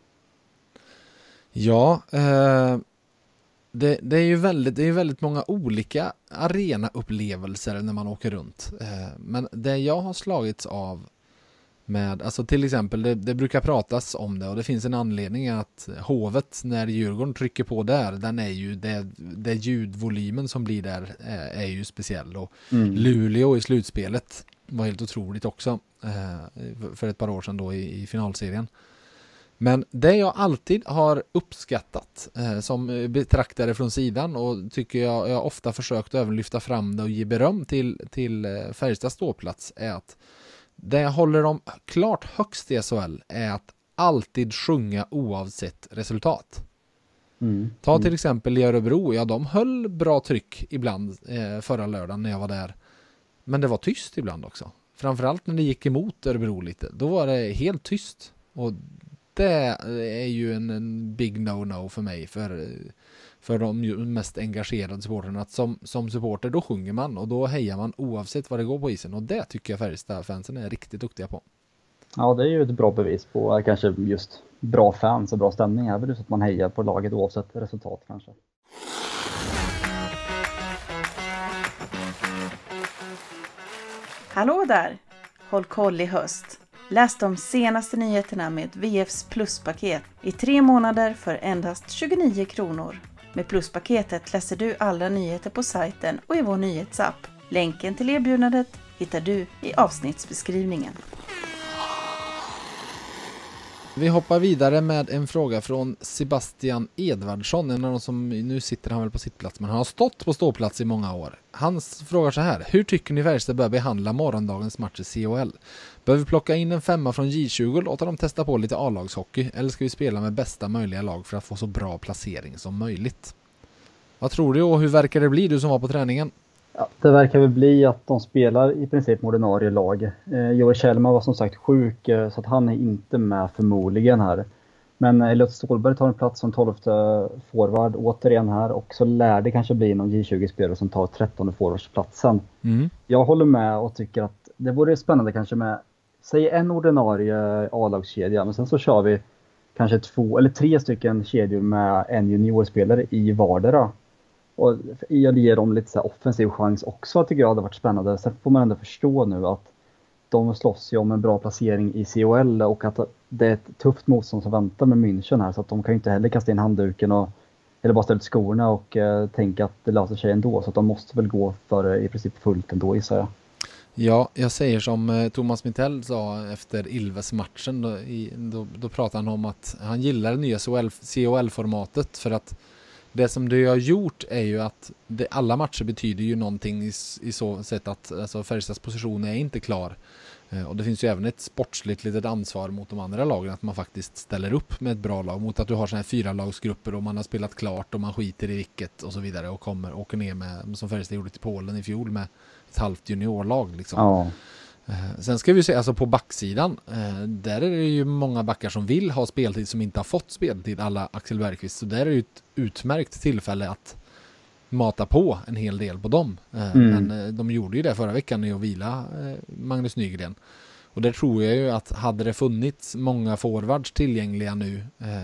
[SPEAKER 2] Ja, eh, det, det är ju väldigt, det är väldigt många olika arenaupplevelser när man åker runt. Eh, men det jag har slagits av med, alltså till exempel, det, det brukar pratas om det och det finns en anledning att hovet när Djurgården trycker på där, den är ju, det, det ljudvolymen som blir där är, är ju speciell. Och
[SPEAKER 3] Mm.
[SPEAKER 2] Luleå i slutspelet var helt otroligt också eh, för ett par år sedan då i, i finalserien. Men det jag alltid har uppskattat eh, som betraktare från sidan och tycker jag, jag ofta försökt även lyfta fram det och ge beröm till, till eh, Färjestads ståplats är att det jag håller dem klart högst i S H L är att alltid sjunga oavsett resultat.
[SPEAKER 3] Mm.
[SPEAKER 2] Ta till exempel i Örebro, ja de höll bra tryck ibland eh, förra lördagen när jag var där. Men det var tyst ibland också. Framförallt när det gick emot Örebro lite. Då var det helt tyst. Och det är ju en, en big no-no för mig. För, för de mest engagerade supporterna. Att som, som supporter då sjunger man. Och då hejar man oavsett vad det går på isen. Och det tycker jag Färjestad-fansen är riktigt duktiga på.
[SPEAKER 3] Ja, det är ju ett bra bevis på kanske just bra fans och bra stämning. Här, så att man hejar på laget oavsett resultat kanske.
[SPEAKER 8] Hallå där! Håll koll i höst. Läs de senaste nyheterna med V F:s pluspaket i tre månader för endast tjugonio kronor. Med pluspaketet läser du alla nyheter på sajten och i vår nyhetsapp. Länken till erbjudandet hittar du i avsnittsbeskrivningen.
[SPEAKER 2] Vi hoppar vidare med en fråga från Sebastian Edvardsson, en av de som nu sitter han väl på sitt plats, men han har stått på ståplats i många år. Han frågar så här: hur tycker ni Färjestad bör behandla morgondagens match i C H L? Bör vi plocka in en femma från J tjugo och låta dem testa på lite A-lagshockey, eller ska vi spela med bästa möjliga lag för att få så bra placering som möjligt? Vad tror du och hur verkar det bli, du som var på träningen?
[SPEAKER 3] Ja, det verkar väl bli att de spelar i princip ordinarie lag. Eh, Joel Kjellman var som sagt sjuk eh, så att han är inte med förmodligen här. Men Elliot Stålberg tar en plats som tolfte forward återigen här och så lär det kanske bli någon J tjugo-spelare som tar trettonde forwardsplatsen. Mm. Jag håller med och tycker att det vore spännande kanske med, säg en ordinarie A-lagskedja, men sen så kör vi kanske två eller tre stycken kedjor med en juniorspelare i vardera. Och jag ger dem lite så här offensiv chans också, tycker jag hade varit spännande. Sen får man ändå förstå nu att de slåss ju om en bra placering i C H L och att det är ett tufft motstånd som väntar med München här. Så att de kan ju inte heller kasta in handduken och, eller bara ställa ut skorna och eh, tänka att det löser sig ändå. Så att de måste väl gå för i princip fullt ändå, gissar jag.
[SPEAKER 2] Ja, jag säger som eh, Thomas Mittell sa efter Ilves-matchen. Då, i, då, då pratade han om att han gillar det nya C H L-formatet för att det som du har gjort är ju att det, alla matcher betyder ju någonting i, i så sätt att alltså Färjestads position är inte klar. Eh, och det finns ju även ett sportsligt litet ansvar mot de andra lagen att man faktiskt ställer upp med ett bra lag mot att du har såna här fyra lagsgrupper och man har spelat klart och man skiter i vilket och så vidare och kommer åker ner med, som Färjestad gjorde till Polen i fjol med ett halvt juniorlag liksom.
[SPEAKER 3] Ja.
[SPEAKER 2] Sen ska vi se, alltså på backsidan, där är det ju många backar som vill ha speltid som inte har fått speltid, alla Axel Bergqvist. Så där är det ju ett utmärkt tillfälle att mata på en hel del på dem. Mm. Men de gjorde ju det förra veckan i att vila Magnus Nygren. Och där tror jag ju att hade det funnits många forwards tillgängliga nu,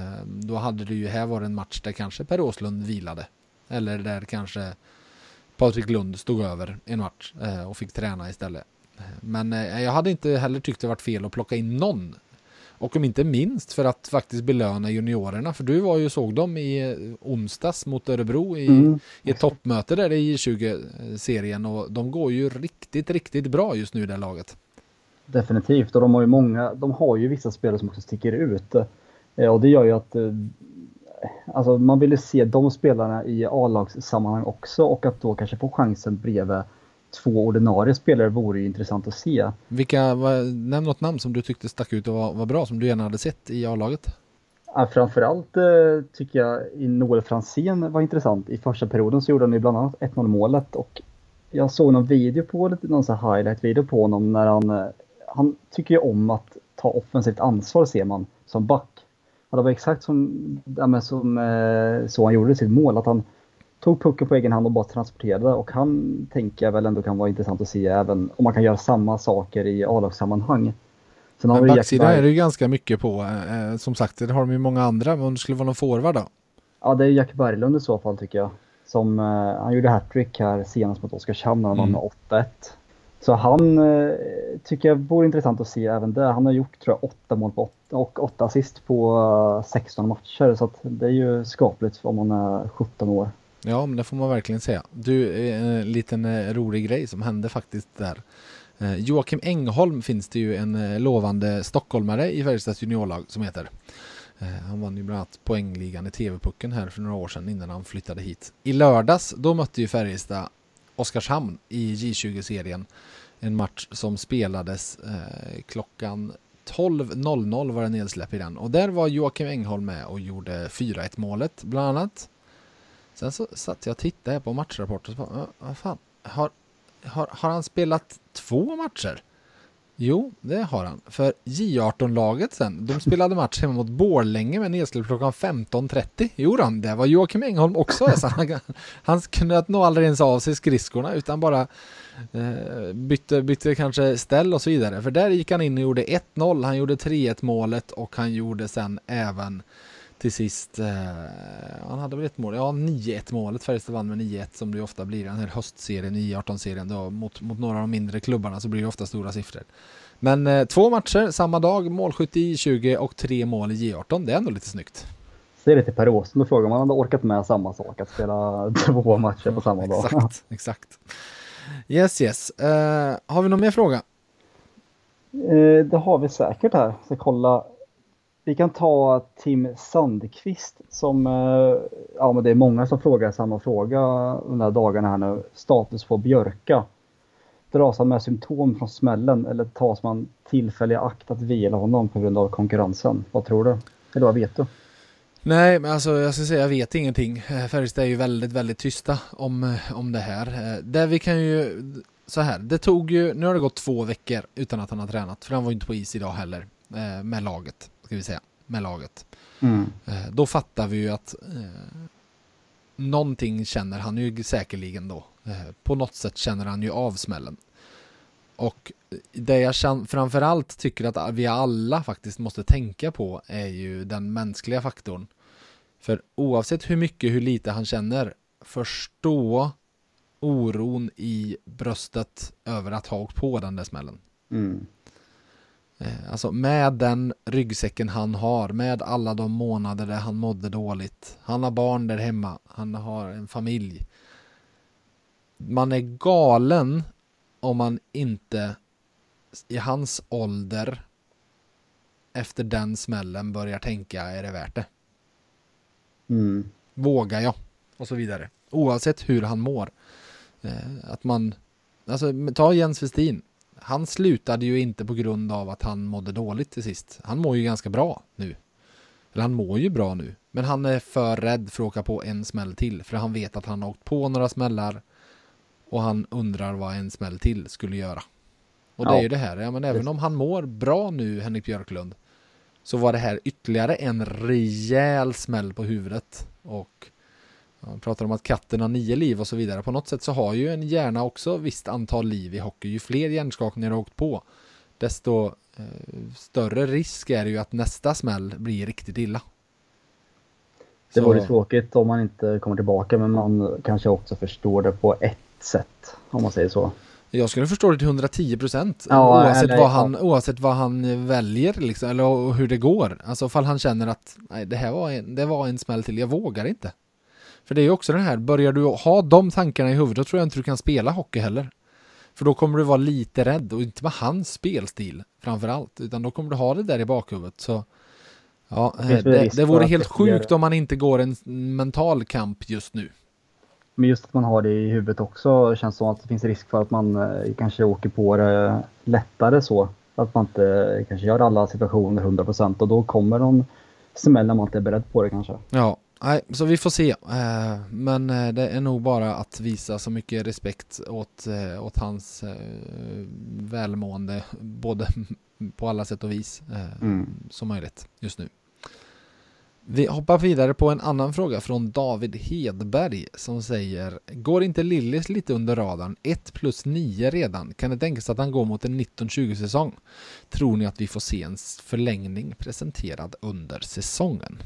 [SPEAKER 2] då hade det ju här varit en match där kanske Per Åslund vilade. Eller där kanske Patrik Lund stod över en match och fick träna istället. Men eh, jag hade inte heller tyckt det varit fel att plocka in någon. Och om inte minst för att faktiskt belöna juniorerna. För du var ju såg dem i onsdags mot Örebro i, mm. i ett toppmöte där i J tjugo-serien. Och de går ju riktigt, riktigt bra just nu i det laget.
[SPEAKER 3] Definitivt. Och de har ju många, de har ju vissa spelare som också sticker ut. Eh, och det gör ju att eh, alltså man vill ju se de spelarna i A-lagssammanhang också. Och att då kanske få chansen bredvid två ordinarie spelare vore ju intressant att se.
[SPEAKER 2] Vilka, vad, nämn något namn som du tyckte stack ut och var, var bra, som du gärna hade sett i A-laget.
[SPEAKER 3] Ja, framförallt eh, tycker jag i Noel Franzén var intressant. I första perioden så gjorde han ju bland annat ett noll målet, och jag såg någon video på lite, någon sån här highlight-video på honom när han, eh, han tycker ju om att ta offensivt ansvar, ser man, som back. Och det var exakt som, ja, men som eh, så han gjorde sitt mål, att han tog pucken på egen hand och bara transporterade, och han tänker jag väl ändå kan vara intressant att se även om man kan göra samma saker i A-lagssammanhang. Sen har
[SPEAKER 2] men
[SPEAKER 3] vi
[SPEAKER 2] backsidan
[SPEAKER 3] Jack
[SPEAKER 2] är det ju ganska mycket på. Eh, som sagt, det har de ju många andra, men om det skulle vara någon forward då?
[SPEAKER 3] Ja, det är Jack Berglund i så fall tycker jag. Som, eh, han gjorde hattrick här senast mot Oskarshamn när han vann med åtta ett. Så han eh, tycker jag vore intressant att se även där. Han har gjort tror jag åtta mål på åtta, och åtta assist på uh, sexton matcher. Så att det är ju skapligt om man är sjutton år.
[SPEAKER 2] Ja, men det får man verkligen säga. Du, en liten rolig grej som hände faktiskt där. Eh, Joakim Engholm finns det ju en eh, lovande stockholmare i Färjestads juniorlag som heter. Eh, han vann ju bland annat poängligan i T V-pucken här för några år sedan innan han flyttade hit. I lördags, då mötte ju Färjestad Oskarshamn i J tjugo-serien. En match som spelades eh, klockan tolv noll noll var det nedsläpp i den. Och där var Joakim Engholm med och gjorde fyra ett målet bland annat. Sen så satt jag och tittade på matchrapporten och så bara, vad fan, har, har, har han spelat två matcher? Jo, det har han. För J arton-laget sen, de spelade match hemma mot Borlänge med nedsläpp klockan femton trettio. Jo då, det var Joakim Engholm också. Så han, han kunde nog aldrig ens av sig skridskorna utan bara eh, bytte, bytte kanske ställ och så vidare. För där gick han in och gjorde ett noll, han gjorde tre ett målet och han gjorde sen även till sist, eh, han hade väl ett mål, ja nio ett målet, Färjestad vann med nio ett som det ofta blir den här höstserien, J arton-serien då, mot, mot några av de mindre klubbarna så blir det ofta stora siffror. Men eh, två matcher samma dag, målskytt i J tjugo och tre mål i J arton, det är ändå lite snyggt.
[SPEAKER 3] Så är det till Per Åsen och frågar om man hade orkat med samma sak, att spela två matcher på samma dag.
[SPEAKER 2] Exakt, exakt. Yes, yes. Uh, har vi någon mer fråga?
[SPEAKER 3] Eh, det har vi säkert här. Jag ska kolla. Vi kan ta Tim Sandqvist som, eh, ja men det är många som frågar samma fråga under dagarna här nu. Status på Björka. Dras han med symptom från smällen eller tas man tillfälliga akt att vila honom på grund av konkurrensen? Vad tror du? Eller vad vet du?
[SPEAKER 2] Nej, men alltså jag ska säga jag vet ingenting. Färjestad är ju väldigt, väldigt tysta om, om det här. Där vi kan ju, så här, det tog ju, nu har det gått två veckor utan att han har tränat. För han var ju inte på is idag heller med laget, ska vi säga, med laget.
[SPEAKER 3] Mm.
[SPEAKER 2] Då fattar vi ju att eh, någonting känner han ju säkerligen då. Eh, på något sätt känner han ju av smällen. Och det jag känner, framförallt tycker att vi alla faktiskt måste tänka på är ju den mänskliga faktorn. För oavsett hur mycket, hur lite han känner, förstå oron i bröstet över att ha åkt på den där smällen.
[SPEAKER 3] Mm.
[SPEAKER 2] Alltså med den ryggsäcken han har, med alla de månader där han mådde dåligt. Han har barn där hemma, han har en familj. Man är galen om man inte i hans ålder efter den smällen börjar tänka, är det värt det?
[SPEAKER 3] Mm.
[SPEAKER 2] Vågar jag? Och så vidare. Oavsett hur han mår. Eh, att man, alltså ta Jens Westin. Han slutade ju inte på grund av att han mådde dåligt till sist. Han mår ju ganska bra nu. Eller han mår ju bra nu. Men han är för rädd för att åka på en smäll till. För han vet att han har åkt på några smällar. Och han undrar vad en smäll till skulle göra. Och det
[SPEAKER 3] ja.
[SPEAKER 2] är ju det här. Ja, men även om han mår bra nu, Henrik Björklund. Så var det här ytterligare en rejäl smäll på huvudet. Och man pratar om att katten har nio liv och så vidare. På något sätt så har ju en hjärna också visst antal liv i hockey. Ju fler hjärnskakningar har åkt på, desto eh, större risk är det ju att nästa smäll blir riktigt illa.
[SPEAKER 3] Det
[SPEAKER 2] Så.
[SPEAKER 3] vore tråkigt om man inte kommer tillbaka, men man kanske också förstår det på ett sätt, om man säger så.
[SPEAKER 2] Jag skulle förstå det till hundratio procent
[SPEAKER 3] ja,
[SPEAKER 2] oavsett,
[SPEAKER 3] eller,
[SPEAKER 2] vad han,
[SPEAKER 3] ja.
[SPEAKER 2] oavsett vad han väljer liksom, eller hur det går. Alltså fall han känner att nej, det här var en, det var en smäll till, jag vågar inte. För det är ju också den här, börjar du ha de tankarna i huvudet, då tror jag inte du kan spela hockey heller. För då kommer du vara lite rädd, och inte med hans spelstil framförallt, utan då kommer du ha det där i bakhuvudet. Så ja, det, det, det vore helt sjukt om man inte går en mental kamp just nu.
[SPEAKER 3] Men just att man har det i huvudet också känns som att det finns risk för att man eh, kanske åker på det lättare så. Att man inte kanske gör alla situationer hundra procent och då kommer någon smäll när man inte är beredd på det kanske.
[SPEAKER 2] Ja, nej, så vi får se. Eh, men eh, det är nog bara att visa så mycket respekt åt, eh, åt hans eh, välmående både på alla sätt och vis eh,
[SPEAKER 3] Mm.
[SPEAKER 2] som möjligt just nu. Vi hoppar vidare på en annan fråga från David Hedberg som säger: går inte Lillis lite under radarn? ett plus nio redan. Kan det tänkas att han går mot en nitton tjugo säsong? Tror ni att vi får se en förlängning presenterad under säsongen?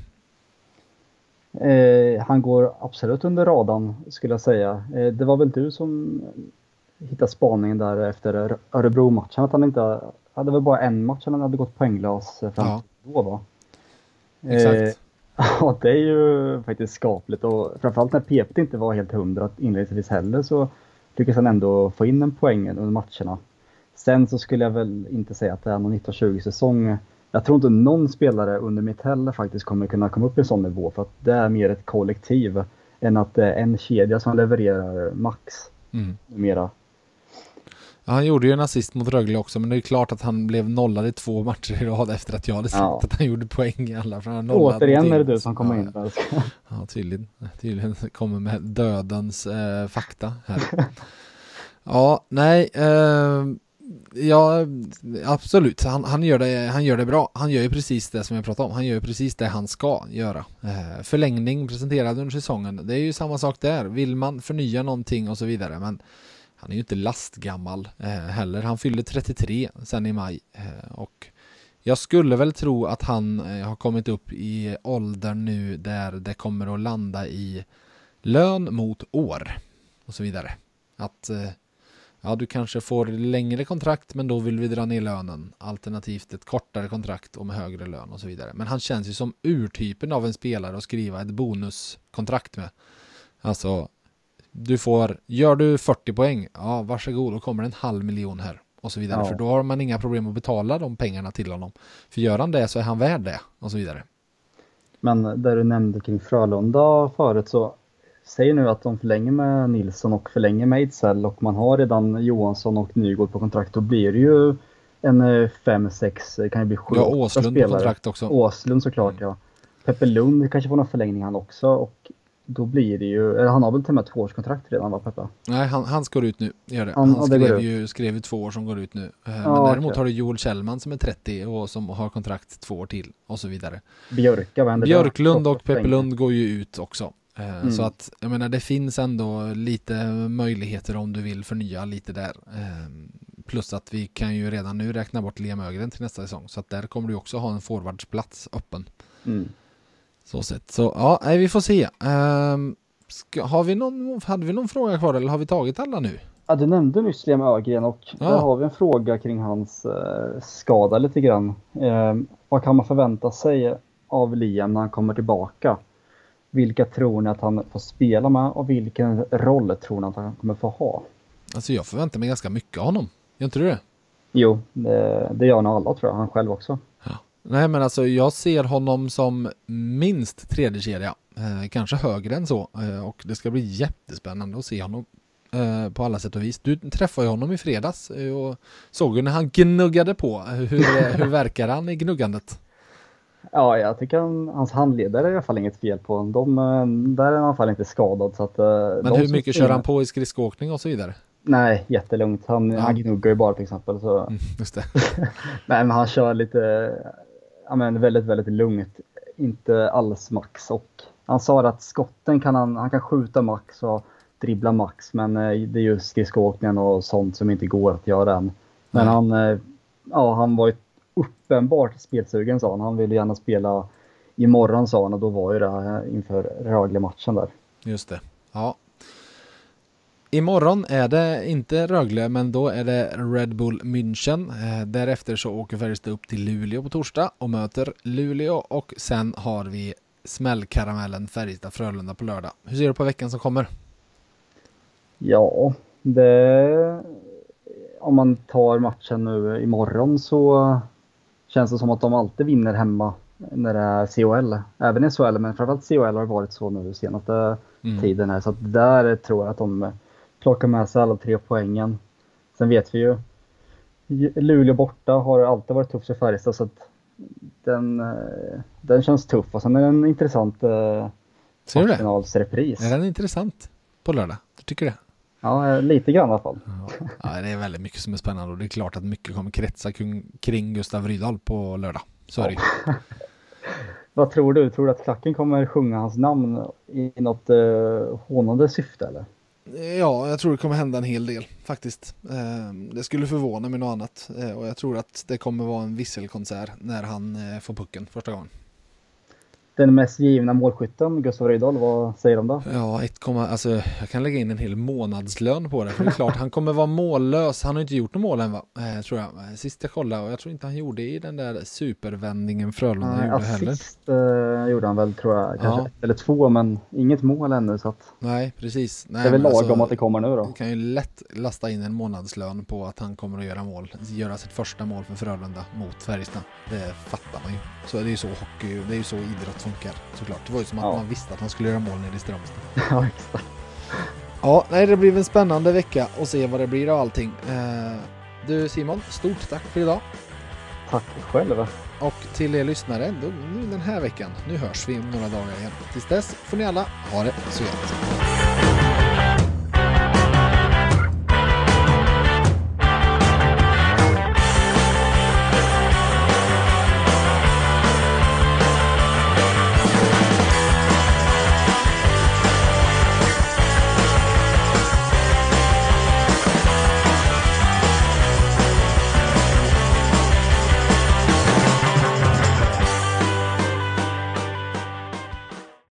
[SPEAKER 3] Eh, han går absolut under radarn skulle jag säga. Eh, det var väl du som hittade spaningen där efter Örebro-matchen. Att han inte hade väl bara en match han hade gått poänglös fram
[SPEAKER 2] Ja.
[SPEAKER 3] då va?
[SPEAKER 2] Exakt.
[SPEAKER 3] Eh, ja, det är ju faktiskt skapligt och framförallt när P P inte var helt hundra inledningsvis heller så lyckas han ändå få in en poäng under matcherna. Sen så skulle jag väl inte säga att det är någon nitton tjugo säsong. Jag tror inte någon spelare under mitt heller faktiskt kommer kunna komma upp i en sån nivå för att det är mer ett kollektiv än att det är en kedja som levererar max.
[SPEAKER 2] Mm.
[SPEAKER 3] Mera.
[SPEAKER 2] Ja, han gjorde ju en assist mot Rögle också, men det är klart att han blev nollad i två matcher i rad efter att jag hade sagt
[SPEAKER 3] Ja.
[SPEAKER 2] att han gjorde poäng i alla. För han nollade
[SPEAKER 3] Återigen
[SPEAKER 2] mot
[SPEAKER 3] är det
[SPEAKER 2] Ingels.
[SPEAKER 3] du som kommer
[SPEAKER 2] Ja,
[SPEAKER 3] in där.
[SPEAKER 2] Ja, tydligen. Tydligen kommer med dödens eh, fakta här. Ja, nej. Eh, ja, absolut. Han, han, gör det, han gör det bra. Han gör ju precis det som jag pratade om. Han gör ju precis det han ska göra. Eh, förlängning presenterad under säsongen. Det är ju samma sak där. Vill man förnya någonting och så vidare. Men han är ju inte lastgammal eh, heller. Han fyllde trettiotre sen i maj. Eh, och jag skulle väl tro att han eh, har kommit upp i åldern nu där det kommer att landa i lön mot år och så vidare. Att eh, ja, du kanske får längre kontrakt men då vill vi dra ner lönen. Alternativt ett kortare kontrakt och med högre lön och så vidare. Men han känns ju som urtypen av en spelare att skriva ett bonuskontrakt med. Alltså, du får, gör du fyrtio poäng, ja varsågod, då kommer en halv miljon här och så vidare.
[SPEAKER 3] Ja.
[SPEAKER 2] För då har man inga problem att betala de pengarna till honom. För gör han det så är han värd det och så vidare.
[SPEAKER 3] Men där du nämnde kring Frölunda förut så säger nu att de förlänger med Nilsson och förlänger med Ejdsell och man har redan Johansson och Nygård på kontrakt. Då blir det ju en fem sex, kan ju bli sju
[SPEAKER 2] Ja,
[SPEAKER 3] åtta
[SPEAKER 2] Åslund
[SPEAKER 3] spelare.
[SPEAKER 2] på kontrakt också.
[SPEAKER 3] Åslund såklart, ja. Peppe Lund kanske får någon förlängning han också och då blir det ju, eller han har väl till och med två års kontrakt redan va Peppe?
[SPEAKER 2] Nej, han, han går ut nu. Gör det.
[SPEAKER 3] Han-
[SPEAKER 2] Han,
[SPEAKER 3] ja, det
[SPEAKER 2] skrev,
[SPEAKER 3] går
[SPEAKER 2] ju, skrev ju två år som går ut nu. Eh, Men
[SPEAKER 3] Ja,
[SPEAKER 2] däremot
[SPEAKER 3] okej.
[SPEAKER 2] har du Joel Kjellman som är trettio och som har kontrakt två år till och så vidare.
[SPEAKER 3] Björka, vad händer där?
[SPEAKER 2] Björklund och
[SPEAKER 3] Åtta
[SPEAKER 2] Peppe
[SPEAKER 3] förlängning.
[SPEAKER 2] Lund går ju ut också. Eh,
[SPEAKER 3] Mm.
[SPEAKER 2] Så att, jag menar, det finns ändå lite möjligheter om du vill förnya lite där. Eh, Plus att vi kan ju redan nu räkna bort Liam Ögren till nästa säsong. Så att där kommer du också ha en forwardsplats öppen.
[SPEAKER 3] Mm.
[SPEAKER 2] Så sett. Så ja, nej, vi får se. Um, ska, har vi någon, hade vi någon fråga kvar eller har vi tagit alla nu?
[SPEAKER 3] Ja, du nämnde nyss Liam Ögren och
[SPEAKER 2] Ja.
[SPEAKER 3] där har vi en fråga kring hans eh, skada lite grann. Eh, vad kan man förvänta sig av Liam när han kommer tillbaka? Vilka tror ni att han får spela med och vilken roll tror ni att han kommer få ha?
[SPEAKER 2] Alltså jag förväntar mig ganska mycket av honom. Gör inte du det?
[SPEAKER 3] Jo, det, det gör nog alla tror jag, han själv också.
[SPEAKER 2] Nej men alltså jag ser honom som minst tredje kedja. Eh, kanske högre än så. Eh, och det ska bli jättespännande att se honom eh, på alla sätt och vis. Du träffade ju honom i fredags eh, och såg ju när han gnuggade på. Hur, eh, hur verkar han i gnuggandet?
[SPEAKER 3] Ja, jag tycker han, hans handledare är i alla fall inget fel på. De, eh, där är han i alla fall inte skadad. Så att, eh,
[SPEAKER 2] Men
[SPEAKER 3] de
[SPEAKER 2] hur
[SPEAKER 3] som
[SPEAKER 2] mycket
[SPEAKER 3] springer-
[SPEAKER 2] kör han på i skridskoåkning och så vidare?
[SPEAKER 3] Nej, jättelugnt. Han,
[SPEAKER 2] Ja.
[SPEAKER 3] han gnuggar ju bara till exempel. Så.
[SPEAKER 2] Mm, just det.
[SPEAKER 3] Nej, men han kör lite, ja men väldigt, väldigt lugnt. Inte alls max. Och han sa att skotten kan han, han kan skjuta max och dribbla max. Men eh, det är ju skridskoåkningen och sånt som inte går att göra än. Men
[SPEAKER 2] Nej.
[SPEAKER 3] han, eh, ja, han var ju uppenbart spelsugen sa han. Han ville gärna spela imorgon sa han och då var ju det här inför Rögle-matchen där.
[SPEAKER 2] Just det. Ja. Imorgon är det inte Rögle men då är det Red Bull München. Eh, därefter så åker Färjestad upp till Luleå på torsdag och möter Luleå och sen har vi smällkaramellen Färjestad-Frölunda på lördag. Hur ser du på veckan som kommer?
[SPEAKER 3] Ja, det, om man tar matchen nu imorgon så känns det som att de alltid vinner hemma när det är C H L. Även i S H L, men framförallt C H L har varit så nu senaste mm. tiden här. Så att där tror jag att de plockar med sig alla tre poängen. Sen vet vi ju, Luleå borta har alltid varit tufft för Färjestad, så att den, den känns tuff. Och sen är det en intressant eh, finalsrepris.
[SPEAKER 2] Är den intressant på lördag? Du tycker det?
[SPEAKER 3] Ja, lite grann i alla fall.
[SPEAKER 2] Ja. Ja, det är väldigt mycket som är spännande och det är klart att mycket kommer kretsa kring Gustav Rydahl på lördag. Så är det ju.
[SPEAKER 3] Vad tror du? Tror du att klacken kommer sjunga hans namn i något eh, hånande syfte eller?
[SPEAKER 2] Ja, jag tror det kommer hända en hel del faktiskt. Eh, det skulle förvåna mig något annat. Eh, och jag tror att det kommer vara en visselkonsert när han eh, får pucken första gången.
[SPEAKER 3] Den mest givna målskytten, Gustav Rydahl, vad säger de då?
[SPEAKER 2] Ja, ett, alltså, jag kan lägga in en hel månadslön på det. För det är klart, han kommer vara mållös. Han har inte gjort någon mål än, va? Eh, tror jag. Sist jag kollade, och jag tror inte han gjorde i den där supervändningen Frölunda
[SPEAKER 3] Nej,
[SPEAKER 2] gjorde heller.
[SPEAKER 3] Sist eh, gjorde han väl, tror jag, kanske ja. eller två, men inget mål ännu. Så att...
[SPEAKER 2] Nej, precis. Nej,
[SPEAKER 3] det är väl lagom
[SPEAKER 2] alltså,
[SPEAKER 3] att det kommer nu då.
[SPEAKER 2] Du kan ju lätt lasta in en månadslön på att han kommer att göra mål. Göra sitt första mål för Frölunda mot Färjestad. Det fattar man ju. Så det är ju så hockey, det är ju så idrott funkar. Såklart. Det var ju som att ja. man visste att han skulle göra mål nere i Strömstad.
[SPEAKER 3] Ja, exakt.
[SPEAKER 2] Ja, nej, det blir en spännande vecka och se vad det blir av allting. Eh, du Simon, stort tack för idag.
[SPEAKER 3] Tack själv.
[SPEAKER 2] Och till er lyssnare, då, nu den här veckan, nu hörs vi om några dagar igen. Tills dess får ni alla ha det så gott.